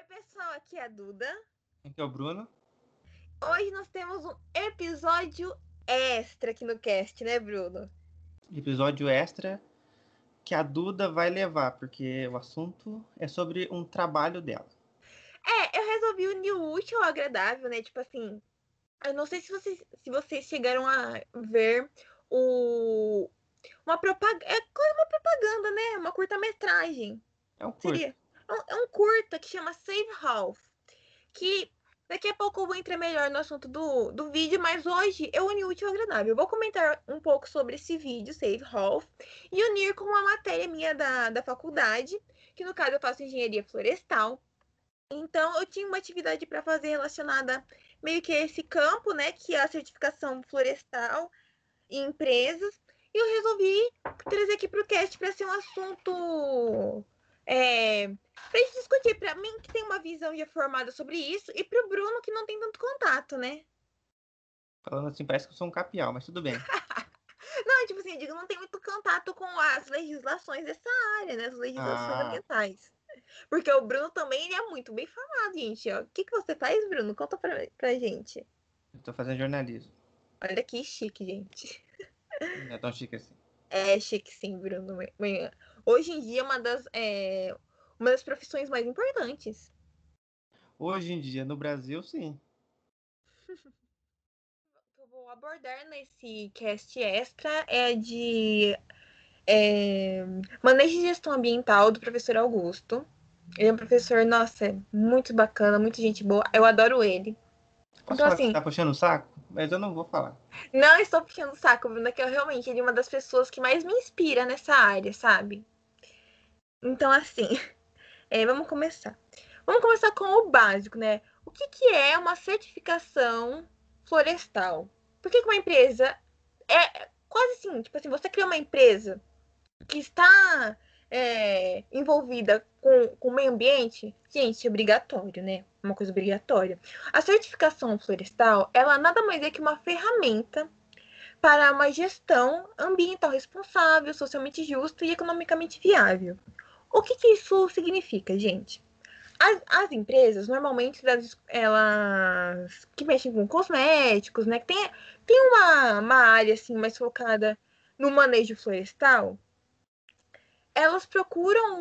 pessoal, aqui é a Duda. Aqui é o Bruno. Hoje nós temos um episódio extra aqui no cast, né, Bruno? Episódio extra que a Duda vai levar, porque o assunto é sobre um trabalho dela. Eu resolvi unir o útil ao agradável, né? Tipo assim, eu não sei se vocês chegaram a ver uma propaganda. É quase uma propaganda, né? Uma curta-metragem. É um curto. Seria. É um curta que chama Save Half. Que daqui a pouco eu vou entrar melhor no assunto do vídeo, mas hoje eu uni o útil ao agradável. Eu vou comentar um pouco sobre esse vídeo, Save Half, e unir com uma matéria minha da faculdade, que no caso eu faço engenharia florestal. Então eu tinha uma atividade para fazer relacionada meio que a esse campo, né, que é a certificação florestal em empresas, e eu resolvi trazer aqui para o cast para ser um assunto pra gente discutir, para mim que tem uma visão já formada sobre isso e pro Bruno que não tem tanto contato, né? Falando assim, parece que eu sou um capial, mas tudo bem. Não, tipo assim, eu digo, não tem muito contato com as legislações dessa área, né? As legislações Ah, ambientais. Porque o Bruno também ele é muito bem formado, gente. Ó. O que você faz, Bruno? Conta pra gente. eu tô fazendo jornalismo. Olha que chique, gente. Não é tão chique assim. É chique sim, Bruno. Hoje em dia é uma das profissões mais importantes. Hoje em dia, no Brasil, sim. Que eu vou abordar nesse cast extra é de manejo de gestão ambiental do professor Augusto. Ele é um professor, nossa, muito bacana, muito gente boa. Eu adoro ele. Posso Então, falar que você assim, tá puxando o saco? Mas eu não vou falar. não estou puxando o saco, Bruna, que eu realmente ele é uma das pessoas que mais me inspira nessa área, sabe? Então, assim, vamos começar. Vamos começar com o básico, né? O que é uma certificação florestal? Por que uma empresa é quase assim, tipo assim, você cria uma empresa que está envolvida com o meio ambiente, gente, é obrigatório, né? Uma coisa obrigatória. A certificação florestal, ela nada mais é que uma ferramenta para uma gestão ambiental responsável, socialmente justa e economicamente viável. O que isso significa, gente? As empresas, normalmente, elas que mexem com cosméticos, né? Que tem uma área assim, mais focada no manejo florestal, elas procuram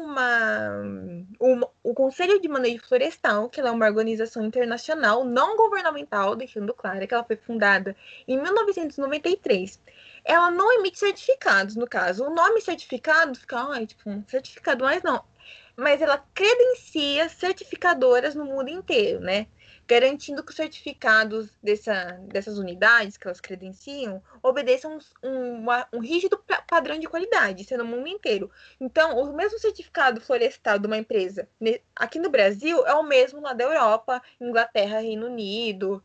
o Conselho de Manejo Florestal, que ela é uma organização internacional não governamental, deixando claro que ela foi fundada em 1993. Ela não emite certificados, no caso. O nome certificado fica, tipo, um certificado, mas não. Mas ela credencia certificadoras no mundo inteiro, né? Garantindo que os certificados dessas unidades que elas credenciam obedeçam um rígido padrão de qualidade, isso é no mundo inteiro. Então, o mesmo certificado florestal de uma empresa aqui no Brasil é o mesmo lá da Europa, Inglaterra, Reino Unido,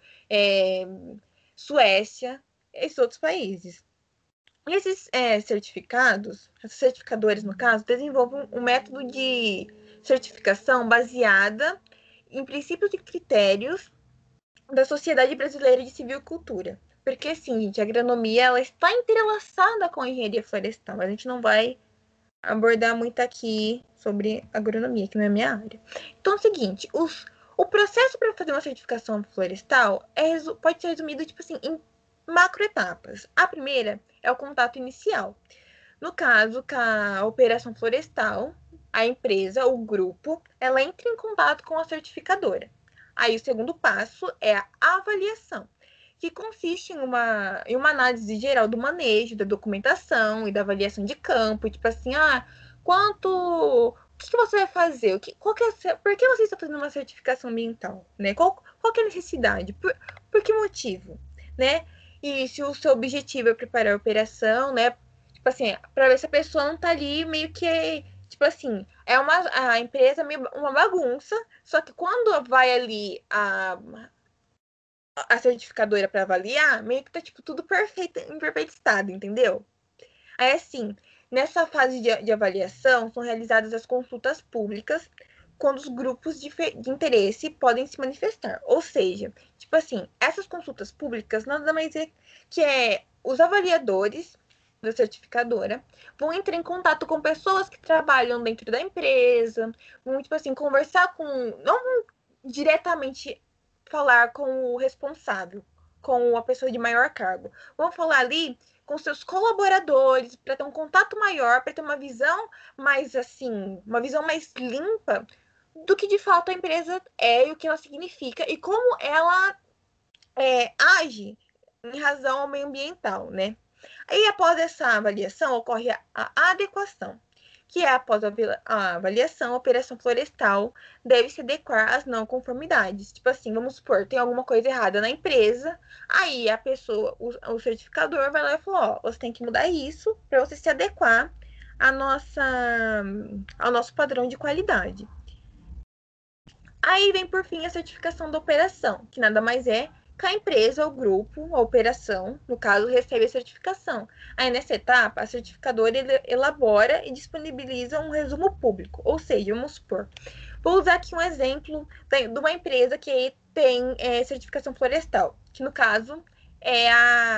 Suécia, esses outros países. E esses certificados, as certificadoras, no caso, desenvolvem um método de certificação baseada em princípios e critérios da Sociedade Brasileira de Civicultura. Porque, assim, gente, a agronomia ela está entrelaçada com a engenharia florestal, mas a gente não vai abordar muito aqui sobre agronomia, que não é minha área. Então é o seguinte, o processo para fazer uma certificação florestal pode ser resumido tipo assim, em macroetapas. A primeira é o contato inicial. No caso, com a operação florestal, a empresa, o grupo, ela entra em contato com a certificadora. Aí o segundo passo é a avaliação, que consiste em uma análise geral do manejo, da documentação e da avaliação de campo, tipo assim, o que você vai fazer? Por que você está fazendo uma certificação ambiental? Né? Qual que é a necessidade? Por que motivo? Né? E se o seu objetivo é preparar a operação, né? Tipo assim, para ver se a pessoa não tá ali meio que, tipo assim, a empresa é meio uma bagunça, só que quando vai ali a certificadora para avaliar, meio que tá tipo tudo perfeito, em perfeito estado, entendeu? Aí assim, nessa fase de avaliação são realizadas as consultas públicas quando os grupos de interesse podem se manifestar. Ou seja, tipo assim, essas consultas públicas nada mais é que os avaliadores da certificadora, vão entrar em contato com pessoas que trabalham dentro da empresa, vão, tipo assim, conversar com, não diretamente falar com o responsável, com a pessoa de maior cargo. Vão falar ali com seus colaboradores para ter um contato maior, para ter uma visão mais assim, uma visão mais limpa do que de fato a empresa é e o que ela significa e como ela age em razão ao meio ambiental, né? Aí, após essa avaliação, ocorre a adequação, que é após a avaliação, a operação florestal deve se adequar às não conformidades. Tipo assim, vamos supor, tem alguma coisa errada na empresa, aí a pessoa, o certificador vai lá e fala, ó, você tem que mudar isso para você se adequar à nossa, ao nosso padrão de qualidade. Aí vem, por fim, a certificação da operação, que nada mais é que a empresa, o grupo, a operação, no caso, recebe a certificação. Aí, nessa etapa, a certificadora elabora e disponibiliza um resumo público. Ou seja, vamos supor, vou usar aqui um exemplo de uma empresa que tem certificação florestal, que no caso é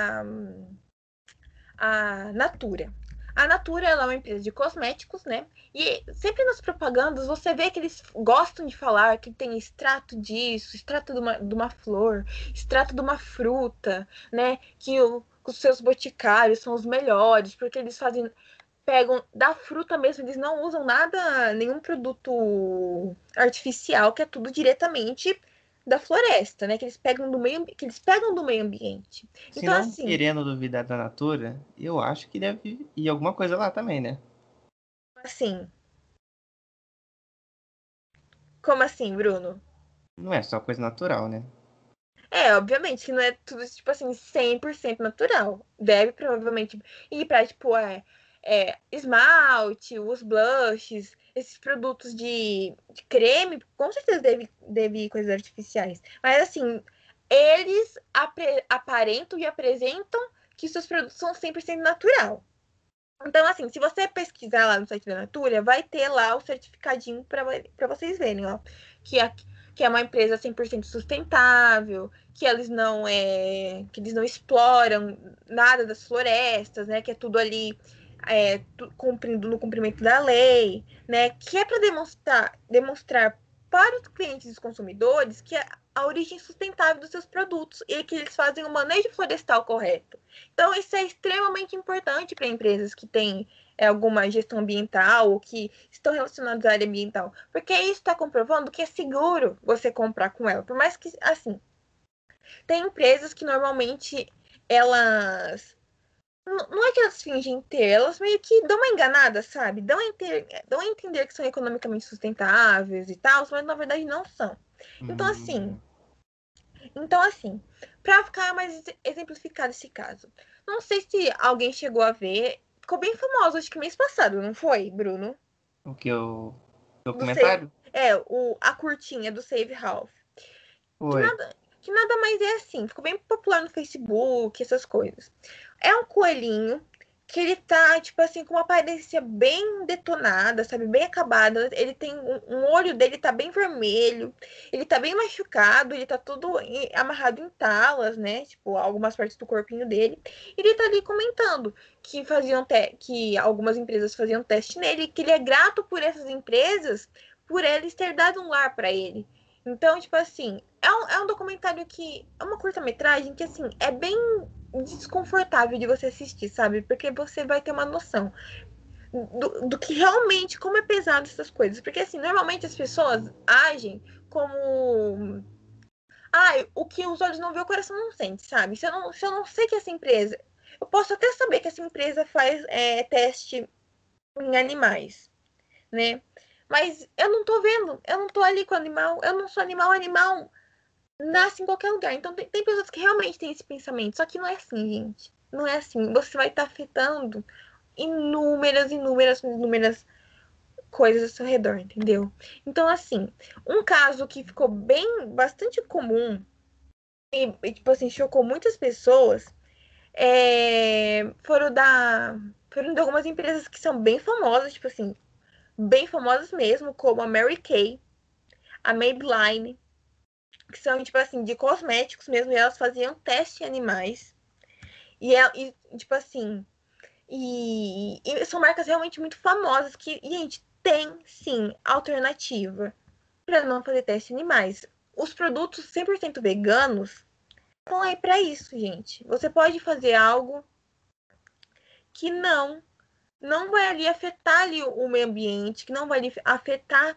a Natura. A Natura ela é uma empresa de cosméticos, né? E sempre nas propagandas você vê que eles gostam de falar que tem extrato disso, extrato de uma flor, extrato de uma fruta, né? Que os seus boticários são os melhores, porque eles fazem. Pegam da fruta mesmo, eles não usam nada, nenhum produto artificial, que é tudo diretamente da floresta, né? Que eles pegam do meio ambiente. Se Então, não assim, querendo duvidar da Natura, eu acho que deve ir alguma coisa lá também, né? assim, como assim, Bruno? Não é só coisa natural, né? Obviamente que não é tudo, tipo assim, 100% natural. Deve provavelmente ir pra, tipo, esmalte, os blushes, esses produtos de creme, com certeza deve ir coisas artificiais. Mas, assim, eles aparentam e apresentam que seus produtos são 100% natural. Então, assim, se você pesquisar lá no site da Natura, vai ter lá o certificadinho para vocês verem, ó. Que, a, que é uma empresa 100% sustentável, que eles não exploram nada das florestas, né? Que é tudo ali cumprindo no cumprimento da lei, né? Que é para demonstrar para os clientes e os consumidores que a origem sustentável dos seus produtos e que eles fazem o manejo florestal correto. Então, isso é extremamente importante para empresas que têm alguma gestão ambiental ou que estão relacionadas à área ambiental, porque isso está comprovando que é seguro você comprar com ela. Por mais que, assim, tem empresas que normalmente elas. Não é que elas fingem ter, elas meio que dão uma enganada, sabe? Dão a entender que são economicamente sustentáveis e tal, mas na verdade não são. Então, assim, Hum, então, assim, para ficar mais exemplificado esse caso, não sei se alguém chegou a ver, ficou bem famoso, acho que mês passado, não foi, Bruno? o que eu. Do Save, Documentário? a curtinha do Save Health, que Foi. nada, que nada mais é assim, ficou bem popular no Facebook, essas coisas. É um coelhinho que ele tá, tipo assim, com uma aparência bem detonada, sabe? Bem acabada. Ele tem um olho dele tá bem vermelho, ele tá bem machucado, ele tá todo amarrado em talas, né? Tipo, algumas partes do corpinho dele. E ele tá ali comentando que algumas empresas faziam teste nele, que ele é grato por essas empresas, por eles ter dado um lar para ele. Então, tipo assim, é um documentário que é uma curta-metragem que, assim, é bem desconfortável de você assistir, sabe? Porque você vai ter uma noção do que realmente, como é pesado essas coisas. Porque, assim, normalmente as pessoas agem como. O que os olhos não vê, o coração não sente, sabe? Se eu não sei que essa empresa. Eu posso até saber que essa empresa faz teste em animais, né? Mas eu não tô vendo, eu não tô ali com o animal, eu não sou animal, animal nasce em qualquer lugar. Então tem pessoas que realmente têm esse pensamento. Só que não é assim, gente. Não é assim. Você vai estar afetando inúmeras, inúmeras, inúmeras coisas ao seu redor, entendeu? Então, assim, um caso que ficou bastante comum tipo assim, chocou muitas pessoas foram de algumas empresas que são bem famosas, tipo assim, bem famosas mesmo, como a Mary Kay, a Maybelline, que são, tipo assim, de cosméticos mesmo, e elas faziam teste em animais. E tipo assim, E são marcas realmente muito famosas que, gente, tem sim alternativa para não fazer teste em animais. Os produtos 100% veganos estão aí para isso, gente. Você pode fazer algo que não vai ali afetar ali o meio ambiente, que não vai ali afetar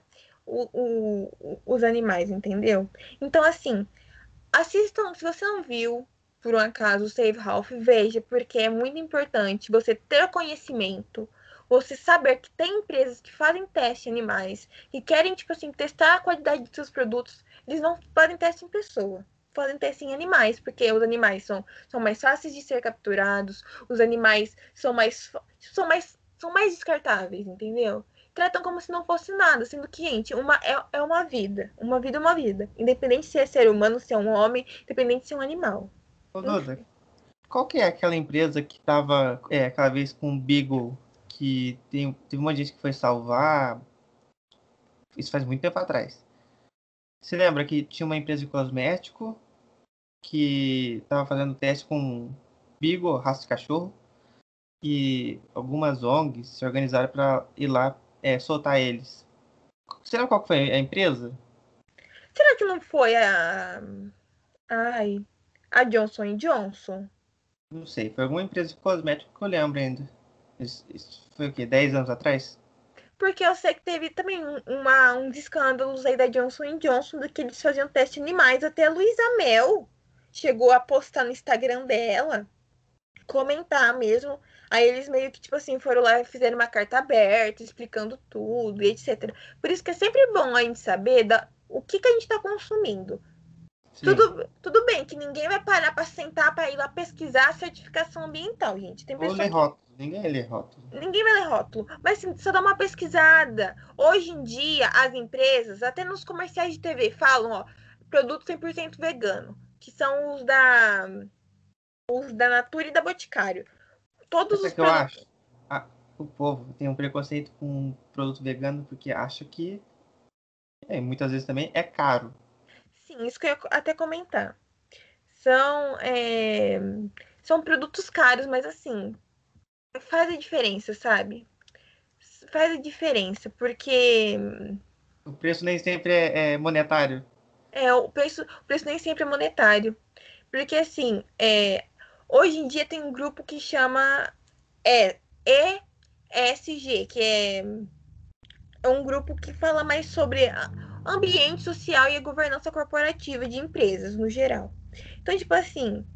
os animais, entendeu? Então, assim, assistam, se você não viu, por um acaso, o Save Ralph, veja, porque é muito importante você ter conhecimento, você saber que tem empresas que fazem teste em animais, que querem, tipo assim, testar a qualidade dos seus produtos, eles não fazem teste em pessoa, fazem teste em animais, porque os animais são mais fáceis de ser capturados, os animais são mais descartáveis, entendeu? Tratam como se não fosse nada, sendo que, gente, é uma vida. Uma vida é uma vida. Independente se é ser humano, se é um homem, independente se é um animal. Ô, Duda, Enfim. qual que é aquela empresa que tava aquela vez com o Beagle, que teve uma gente que foi salvar, isso faz muito tempo atrás. Você lembra que tinha uma empresa de cosmético que estava fazendo teste com Beagle, raça de cachorro, e algumas ONGs se organizaram para ir lá soltar eles. Você lembra qual que foi a empresa? Será que não foi ai, a Johnson Johnson? Não sei, foi alguma empresa de cosmético que eu lembro ainda. Isso foi o quê? 10 anos atrás? Porque eu sei que teve também uns escândalos aí da Johnson Johnson do que eles faziam teste em animais. Até a Luísa Mel chegou a postar no Instagram dela, comentar mesmo. Aí eles meio que, tipo assim, foram lá e fizeram uma carta aberta, explicando tudo e etc. Por isso que é sempre bom a gente saber o que a gente está consumindo. Sim. Tudo bem que ninguém vai parar para sentar para ir lá pesquisar a certificação ambiental, gente. Tem Ou pessoa ler que rótulo. Ninguém lê rótulo. ninguém vai ler rótulo, mas assim, só dá uma pesquisada. Hoje em dia, as empresas, até nos comerciais de TV, falam, ó, produto 100% vegano, que são os da Natura e da Boticário. Todos Sabe os o que eu produtos. acho? Ah, o povo tem um preconceito com produto vegano porque acha que, muitas vezes também, é caro. Sim, isso que eu ia até comentar. São, é, são produtos caros, mas assim, faz a diferença, sabe? Faz a diferença, porque O preço nem sempre é monetário. o preço nem sempre é monetário. Porque assim, hoje em dia tem um grupo que chama é, ESG, que é um grupo que fala mais sobre ambiente social e a governança corporativa de empresas no geral. Então, tipo assim,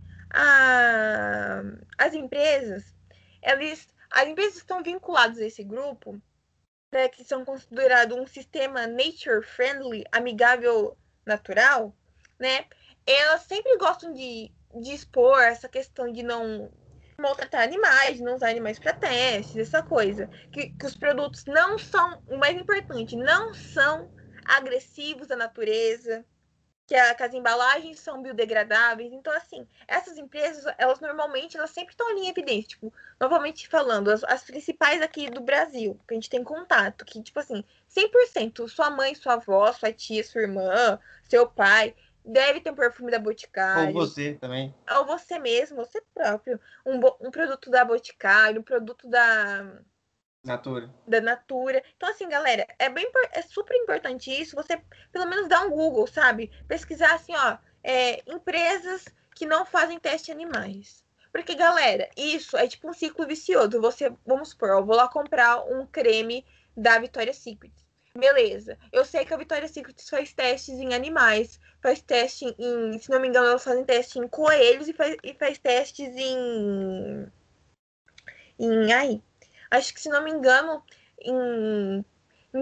as empresas, as empresas estão vinculadas a esse grupo, né, que são considerados um sistema nature friendly, amigável natural, né? Elas sempre gostam de expor essa questão de não maltratar animais, de não usar animais para testes, essa coisa. Que os produtos não são, o mais importante, não são agressivos à natureza, que as embalagens são biodegradáveis. Então, assim, essas empresas, elas sempre estão ali em evidência. Tipo, novamente falando, as principais aqui do Brasil, que a gente tem contato, que, tipo assim, 100%, sua mãe, sua avó, sua tia, sua irmã, seu pai, deve ter um perfume da Ou Boticário, você também. ou você mesmo, você próprio, um produto da Boticário, um produto Natura. da Natura. Então, assim, galera, é super importante isso, você pelo menos dar um Google, sabe? Pesquisar assim, ó, empresas que não fazem teste em animais. Porque, galera, isso é tipo um ciclo vicioso. Vamos supor, eu vou lá comprar um creme da Victoria's Secret. Beleza. Eu sei que a Victoria's Secret faz testes em animais, faz teste se não me engano, elas fazem teste em coelhos e faz testes ai, acho que se não me engano, em, em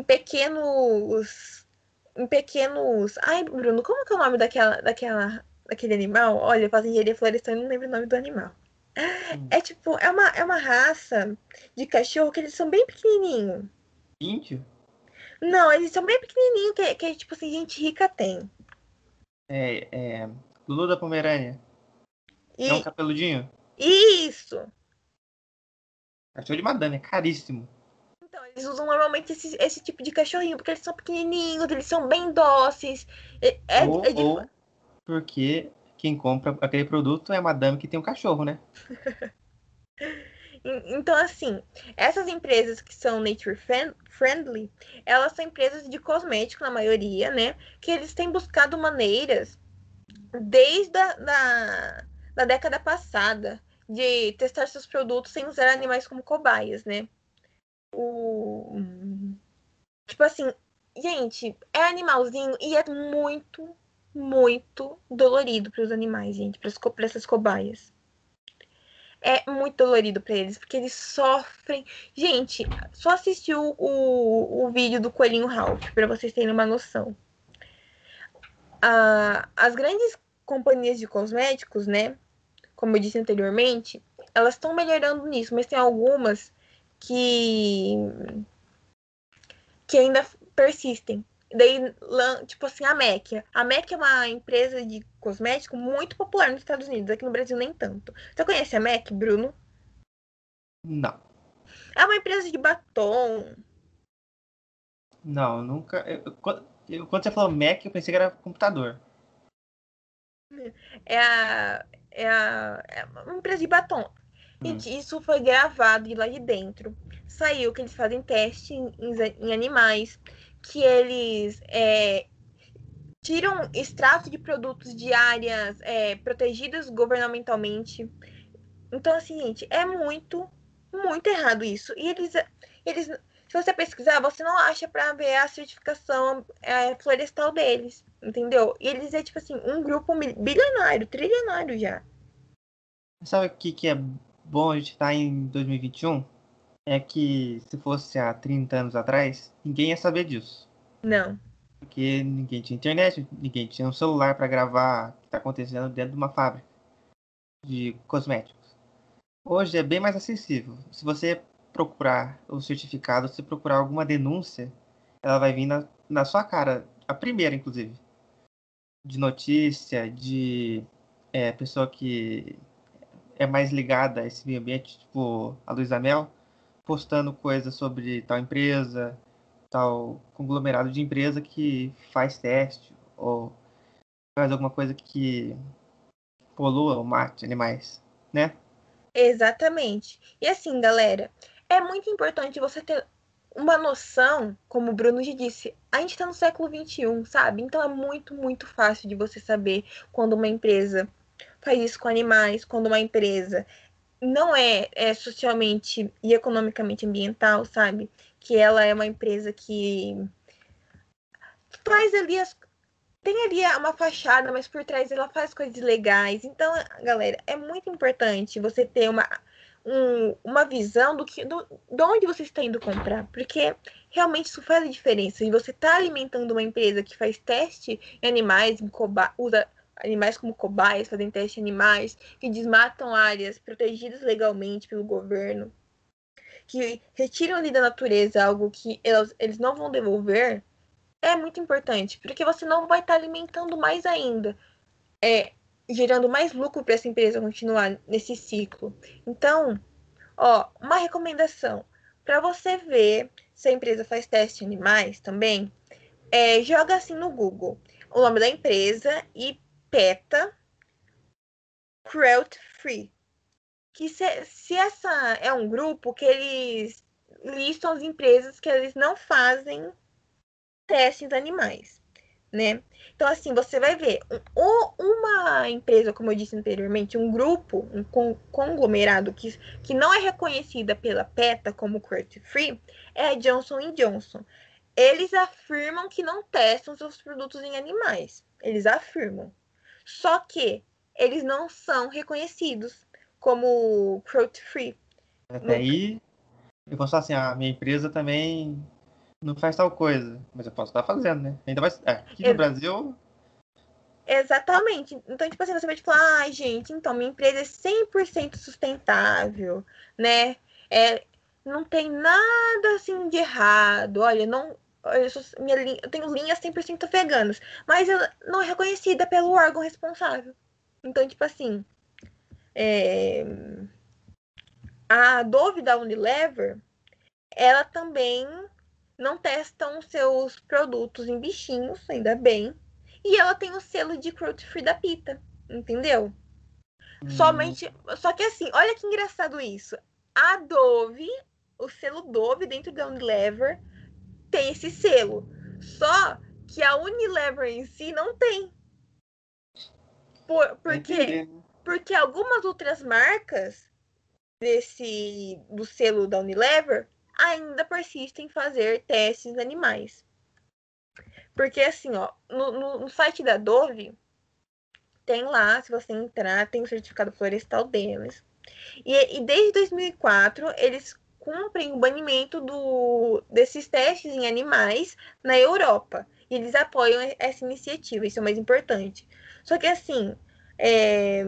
pequenos. Ai, Bruno, como que é o nome daquele animal? Olha, fazem engenharia florestal e não lembro o nome do animal. Hum. É tipo, é uma raça de cachorro que eles são bem pequenininhos. Índio? Não, eles são bem pequenininhos, que tipo assim, gente rica tem. É, Lulu da Pomerânia. É um E capeludinho? isso! Cachorro de madame, é caríssimo. Então, eles usam normalmente esse tipo de cachorrinho, porque eles são pequenininhos, eles são bem dóceis. É Ou porque quem compra aquele produto é a madame que tem um cachorro, né? Então, assim, essas empresas que são nature friendly, elas são empresas de cosmético, na maioria, né? Que eles têm buscado maneiras, desde da década passada, de testar seus produtos sem usar animais como cobaias, né? O... Tipo assim, gente, é animalzinho e é muito, muito dolorido para os animais, gente, para essas cobaias. É muito dolorido para eles, porque eles sofrem. Gente, só assistiu o vídeo do Coelhinho Ralph, para vocês terem uma noção. As grandes companhias de cosméticos, né? Como eu disse anteriormente, elas estão melhorando nisso, mas tem algumas que, que ainda persistem. Daí, tipo assim, a MAC. A MAC é uma empresa de cosmético muito popular nos Estados Unidos, aqui no Brasil nem tanto. Você conhece a MAC, Bruno? Não. É uma empresa de batom. Não, nunca. Quando você falou Mac, eu pensei que era computador. É uma empresa de batom. Hum. Gente, isso foi gravado lá de dentro. Saiu que eles fazem teste em animais, que eles tiram extrato de produtos de áreas protegidas governamentalmente. Então, assim, gente, é muito, muito errado isso. E eles se você pesquisar, você não acha para ver a certificação florestal deles, entendeu? E eles é, tipo assim, um grupo bilionário, trilionário já. Sabe o que é bom a gente estar em 2021? É que se fosse há 30 anos atrás, ninguém ia saber disso. Não. Porque ninguém tinha internet, ninguém tinha um celular para gravar o que está acontecendo dentro de uma fábrica de cosméticos. Hoje é bem mais acessível. Se você procurar o certificado, se procurar alguma denúncia, ela vai vir na sua cara, a primeira, inclusive. De notícia, de pessoa que é mais ligada a esse meio ambiente, tipo a Luísa Mel, postando coisas sobre tal empresa, tal conglomerado de empresa que faz teste ou faz alguma coisa que polua ou mate animais, né? Exatamente. E assim, galera, é muito importante você ter uma noção, como o Bruno já disse, a gente está no século XXI, sabe? Então é muito, muito fácil de você saber quando uma empresa faz isso com animais, quando uma empresa não é socialmente e economicamente ambiental, sabe? Que ela é uma empresa que faz ali tem ali uma fachada, mas por trás ela faz coisas legais. Então, galera, é muito importante você ter uma visão de onde você está indo comprar, porque realmente isso faz a diferença. E você está alimentando uma empresa que faz teste em animais, usa animais como cobaias, fazem teste em animais, que desmatam áreas protegidas legalmente pelo governo, que retiram ali da natureza algo que eles não vão devolver, é muito importante, porque você não vai estar alimentando mais ainda, gerando mais lucro para essa empresa continuar nesse ciclo. Então, ó, uma recomendação para você ver se a empresa faz teste em animais também, joga assim no Google o nome da empresa e PETA Cruelty Free. Que se essa é um grupo que eles listam as empresas que eles não fazem testes em animais, né? Então, assim, você vai ver uma empresa, como eu disse anteriormente, um grupo, um conglomerado que não é reconhecida pela PETA como cruelty free, é a Johnson Johnson. Eles afirmam que não testam seus produtos em animais. Eles afirmam. Só que eles não são reconhecidos como cruelty free. Até aí, eu posso falar assim, a minha empresa também não faz tal coisa, mas eu posso estar fazendo, né? Ainda mais aqui no Brasil. Exatamente. Então, tipo assim, você vai falar, ai, gente, então, minha empresa é 100% sustentável, né? Não tem nada, assim, de errado. Olha, não... eu tenho linhas 100% veganas, mas ela não é reconhecida pelo órgão responsável. Então, tipo assim, é, a Dove da Unilever, ela também não testa os seus produtos em bichinhos, ainda bem. E ela tem o selo de cruelty free da Pita, entendeu? Hum, Somente. Só que assim, olha que engraçado isso. a Dove, o selo Dove dentro da Unilever tem esse selo. Só que a Unilever em si não tem. Porque, Entender, né? porque algumas outras marcas do selo da Unilever ainda persistem em fazer testes em animais. Porque assim, ó, no site da Dove tem lá, se você entrar, tem o certificado florestal deles. E desde 2004 eles cumprem o banimento desses testes em animais na Europa. E eles apoiam essa iniciativa, isso é o mais importante. Só que assim, é,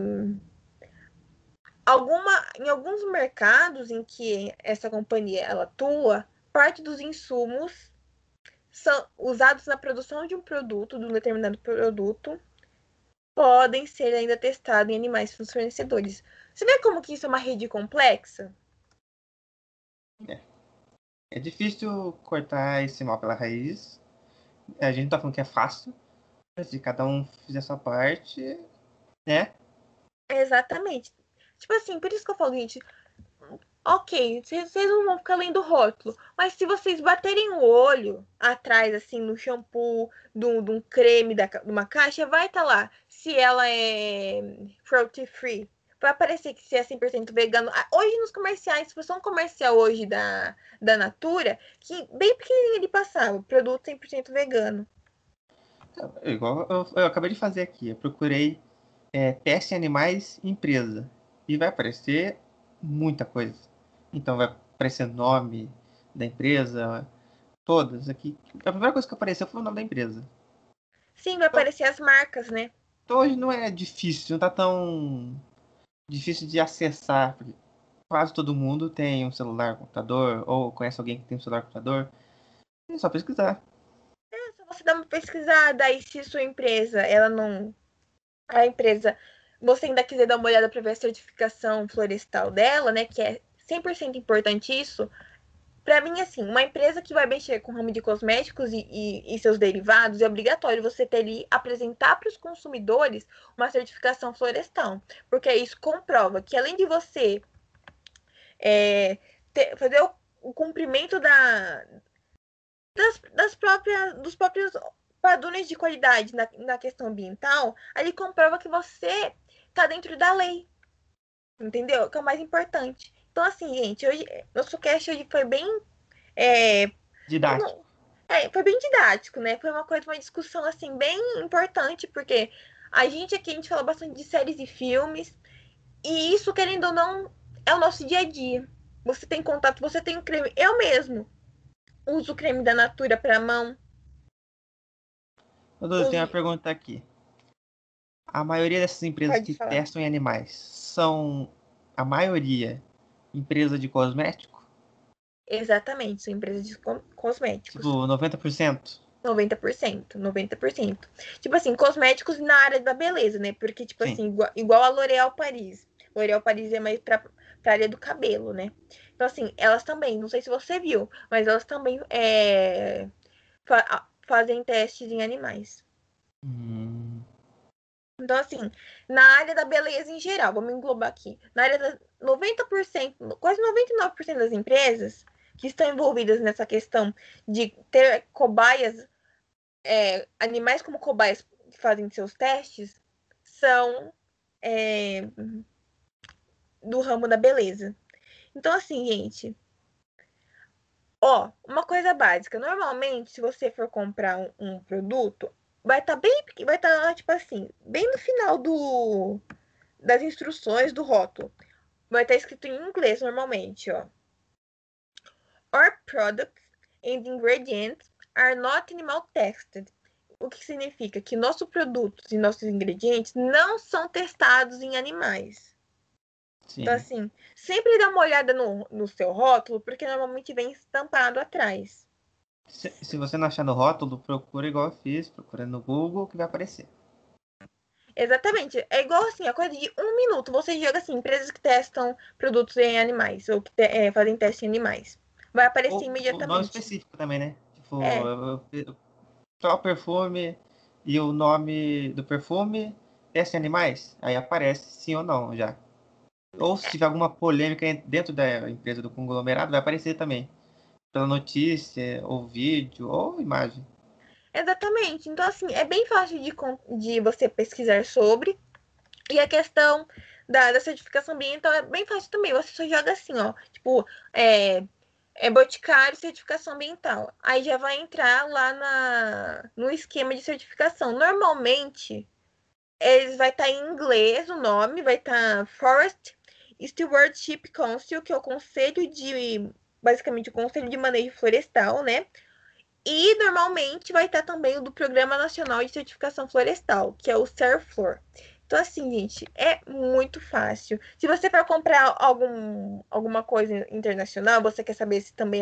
em alguns mercados em que essa companhia ela atua, parte dos insumos são usados na produção de um produto, de um determinado produto, podem ser ainda testados em animais dos fornecedores. Você vê como que isso é uma rede complexa? É. É difícil cortar esse mal pela raiz. A gente não tá falando que é fácil, mas se cada um fizer a sua parte, né? Exatamente. Tipo assim, por isso que eu falo, gente, ok, vocês não vão ficar lendo o rótulo, mas se vocês baterem o olho atrás, assim, no shampoo, de um creme, de uma caixa, vai estar lá se ela é cruelty free. Vai aparecer que se é 100% vegano. Hoje nos comerciais, se fosse um comercial hoje da Natura, que bem pequenininho ele passava, produto 100% vegano. Igual eu acabei de fazer aqui. Eu procurei teste em animais empresa. E vai aparecer muita coisa. Então vai aparecer nome da empresa, todas aqui. A primeira coisa que apareceu foi o nome da empresa. Sim, vai Então, aparecer as marcas, né? então hoje não é difícil, não tá tão difícil de acessar, porque quase todo mundo tem um celular, computador, ou conhece alguém que tem um celular, computador. É só pesquisar. Se você dá uma pesquisada, aí se sua empresa, ela não a empresa, você ainda quiser dar uma olhada para ver a certificação florestal dela, né, que é 100% importante isso, para mim, assim, uma empresa que vai mexer com o ramo de cosméticos e seus derivados, é obrigatório você ter ali, apresentar para os consumidores uma certificação florestal, porque isso comprova que além de você fazer o cumprimento dos próprios padrões de qualidade na questão ambiental, ali comprova que você está dentro da lei, entendeu? Que é o mais importante. Então, assim, gente, hoje, nosso cast hoje foi bem. É, Didático. foi bem didático, né? Foi uma discussão, assim, bem importante, porque a gente fala bastante de séries e filmes, e isso, querendo ou não, é o nosso dia a dia. Você tem contato, você tem o creme. Eu mesmo uso o creme da Natura para mão. Ô, Dudu, tem Uso, uma pergunta aqui. A maioria dessas empresas pode que falar. testam em animais são, a maioria, empresa de cosmético? Exatamente, sou empresa de cosméticos. Tipo, 90%? 90%. Tipo assim, cosméticos na área da beleza, né? Porque, tipo Sim. assim, igual a L'Oréal Paris. L'Oréal Paris é mais pra área do cabelo, né? Então, assim, elas também, não sei se você viu, mas elas também fazem testes em animais. Hum, Então, assim, na área da beleza em geral, vamos englobar aqui. Na área da 90%, quase 99% das empresas que estão envolvidas nessa questão de ter cobaias, animais como cobaias que fazem seus testes, são é, do ramo da beleza. Então, assim, gente, ó, uma coisa básica. Normalmente, se você for comprar um produto, vai estar, tipo assim, bem no final das instruções do rótulo. Vai estar escrito em inglês normalmente, ó. Our products and ingredients are not animal tested. O que significa que nossos produtos e nossos ingredientes não são testados em animais. Então, sim. assim, sempre dá uma olhada no seu rótulo, porque normalmente vem estampado atrás. Se você não achar no rótulo, procura igual eu fiz, procura no Google que vai aparecer. Exatamente. É igual assim, a coisa de um minuto. Você joga assim, empresas que testam produtos em animais, ou que fazem teste em animais. Vai aparecer Ou nome imediatamente. específico também, né? Tipo, É, tal perfume e o nome do perfume, teste em animais. Aí aparece sim ou não já. Ou se tiver alguma polêmica dentro da empresa do conglomerado, vai aparecer também. Pela notícia, ou vídeo, ou imagem. Exatamente. Então, assim, é bem fácil de você pesquisar sobre. E a questão da certificação ambiental é bem fácil também. Você só joga assim, ó. Tipo, Boticário certificação ambiental. Aí já vai entrar lá no esquema de certificação. Normalmente, eles vai estar em inglês o nome, vai estar Forest Stewardship Council, que é o conselho basicamente o conselho de manejo florestal, né? E normalmente vai estar também o do Programa Nacional de Certificação Florestal, que é o CERFLOR. Então, assim, gente, é muito fácil. Se você for comprar alguma coisa internacional, você quer saber se também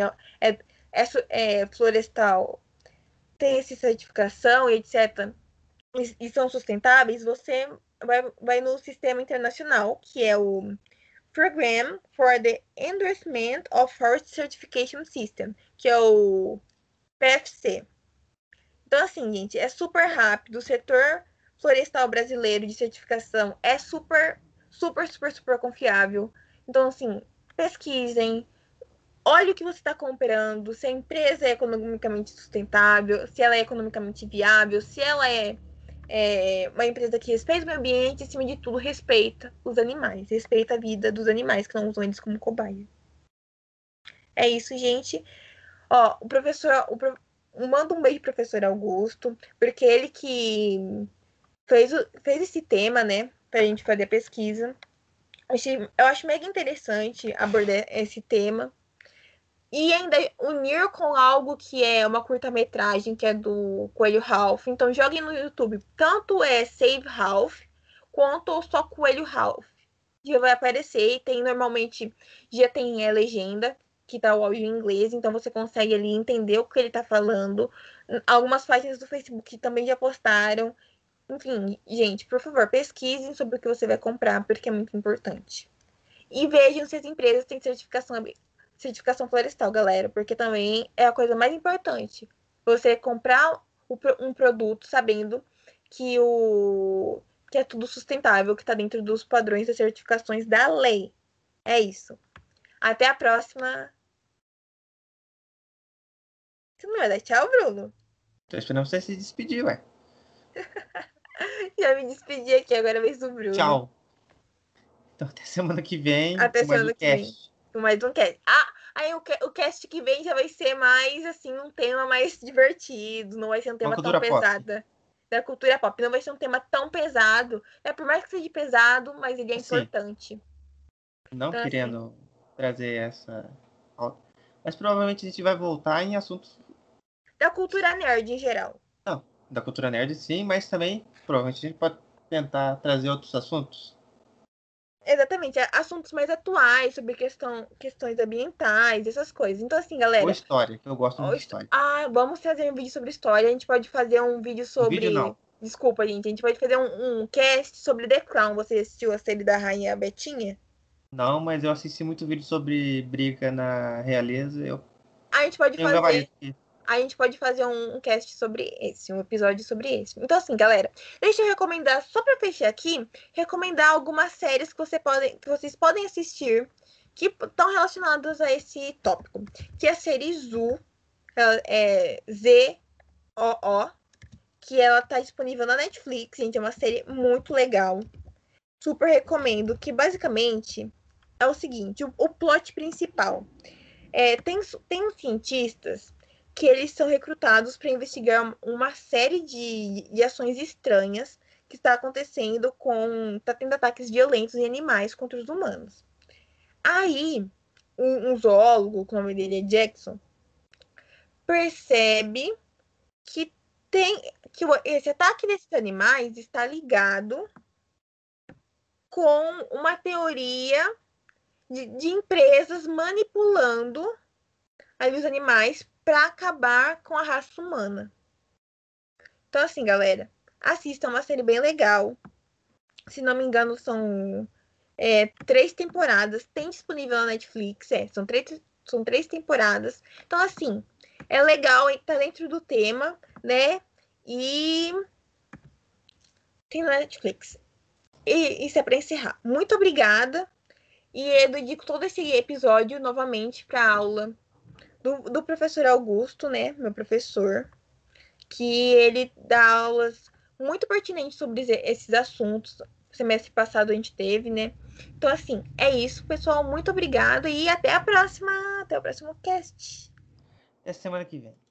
é florestal, tem essa certificação e etc., e são sustentáveis, você vai no sistema internacional, que é o Program for the Endorsement of Forest Certification System, que é o PFC. Então, assim, gente, é super rápido. O setor florestal brasileiro de certificação é super, super, super, super confiável. Então, assim, pesquisem, olhe o que você está comprando, se a empresa é economicamente sustentável, se ela é economicamente viável, se ela é uma empresa que respeita o meio ambiente, acima de tudo, respeita os animais, respeita a vida dos animais, que não usam eles como cobaia. É isso, gente. Ó, o professor, manda um beijo pro professor Augusto, porque ele que fez esse tema, né, pra gente fazer a pesquisa. Eu acho mega interessante abordar esse tema. E ainda unir com algo que é uma curta-metragem, que é do Coelho Ralph. Então joguem no YouTube, tanto Save Ralph, quanto só Coelho Ralph. Já vai aparecer e tem normalmente, já tem legenda, que tá o áudio em inglês, então você consegue ali entender o que ele tá falando. Algumas páginas do Facebook também já postaram. Enfim, gente, por favor, pesquisem sobre o que você vai comprar, porque é muito importante. E vejam se as empresas têm certificação florestal, galera, porque também é a coisa mais importante. Você comprar um produto sabendo que que é tudo sustentável, que está dentro dos padrões das certificações da lei. É isso. Até a próxima. Você não vai dar tchau, Bruno? Tô esperando você se despedir, ué. Já me despedi aqui, agora é a vez do Bruno. Tchau. Então, até semana que vem Até com mais um semana que vem. cast. Com mais um cast. Ah, aí o cast que vem já vai ser mais, assim, um tema mais divertido. Não vai ser um Uma tema tão cultura pop. pesado. Da cultura pop. Não vai ser um tema tão pesado. Por mais que seja pesado, mas ele é Assim, importante. não Então, assim, querendo trazer essa. Mas provavelmente a gente vai voltar em assuntos. da cultura nerd em geral. Não, da cultura nerd sim, mas também provavelmente a gente pode tentar trazer outros assuntos. Exatamente, assuntos mais atuais, sobre questões ambientais, essas coisas. Então, assim, Ou galera, história, que eu gosto muito de história. vamos fazer um vídeo sobre história. A gente pode fazer um vídeo Um vídeo sobre. não. Desculpa, gente. A gente pode fazer um cast sobre The Crown. Você assistiu a série da Rainha Betinha? Não, mas eu assisti muito vídeo sobre briga na realeza. Eu A gente pode tenho um fazer. gabarito aqui. A gente pode fazer um cast sobre esse, um episódio sobre esse. Então, assim, galera, deixa eu recomendar, só pra fechar aqui, recomendar algumas séries que vocês podem assistir que estão relacionadas a esse tópico. Que é a série Zoo, ZOO, que ela tá disponível na Netflix, gente. É uma série muito legal. Super recomendo. Que basicamente é o seguinte: o plot principal. Tem uns cientistas que eles são recrutados para investigar uma série de ações estranhas que está acontecendo tá tendo ataques violentos em animais contra os humanos. Aí, um zoólogo, que o nome dele é Jackson, percebe que esse ataque desses animais está ligado com uma teoria de empresas manipulando aí os animais para acabar com a raça humana. Então, assim, galera, assistam uma série bem legal. Se não me engano, são 3 temporadas. Tem disponível na Netflix. São 3 temporadas. Então, assim, é legal, tá dentro do tema, né? E tem na Netflix. E isso é para encerrar. Muito obrigada. E eu dedico todo esse episódio novamente para a aula do professor Augusto, né? Meu professor, que ele dá aulas muito pertinentes sobre esses assuntos. Semestre passado a gente teve, né? Então, assim, é isso, pessoal. Muito obrigada e até a próxima. Até o próximo cast. Até semana que vem.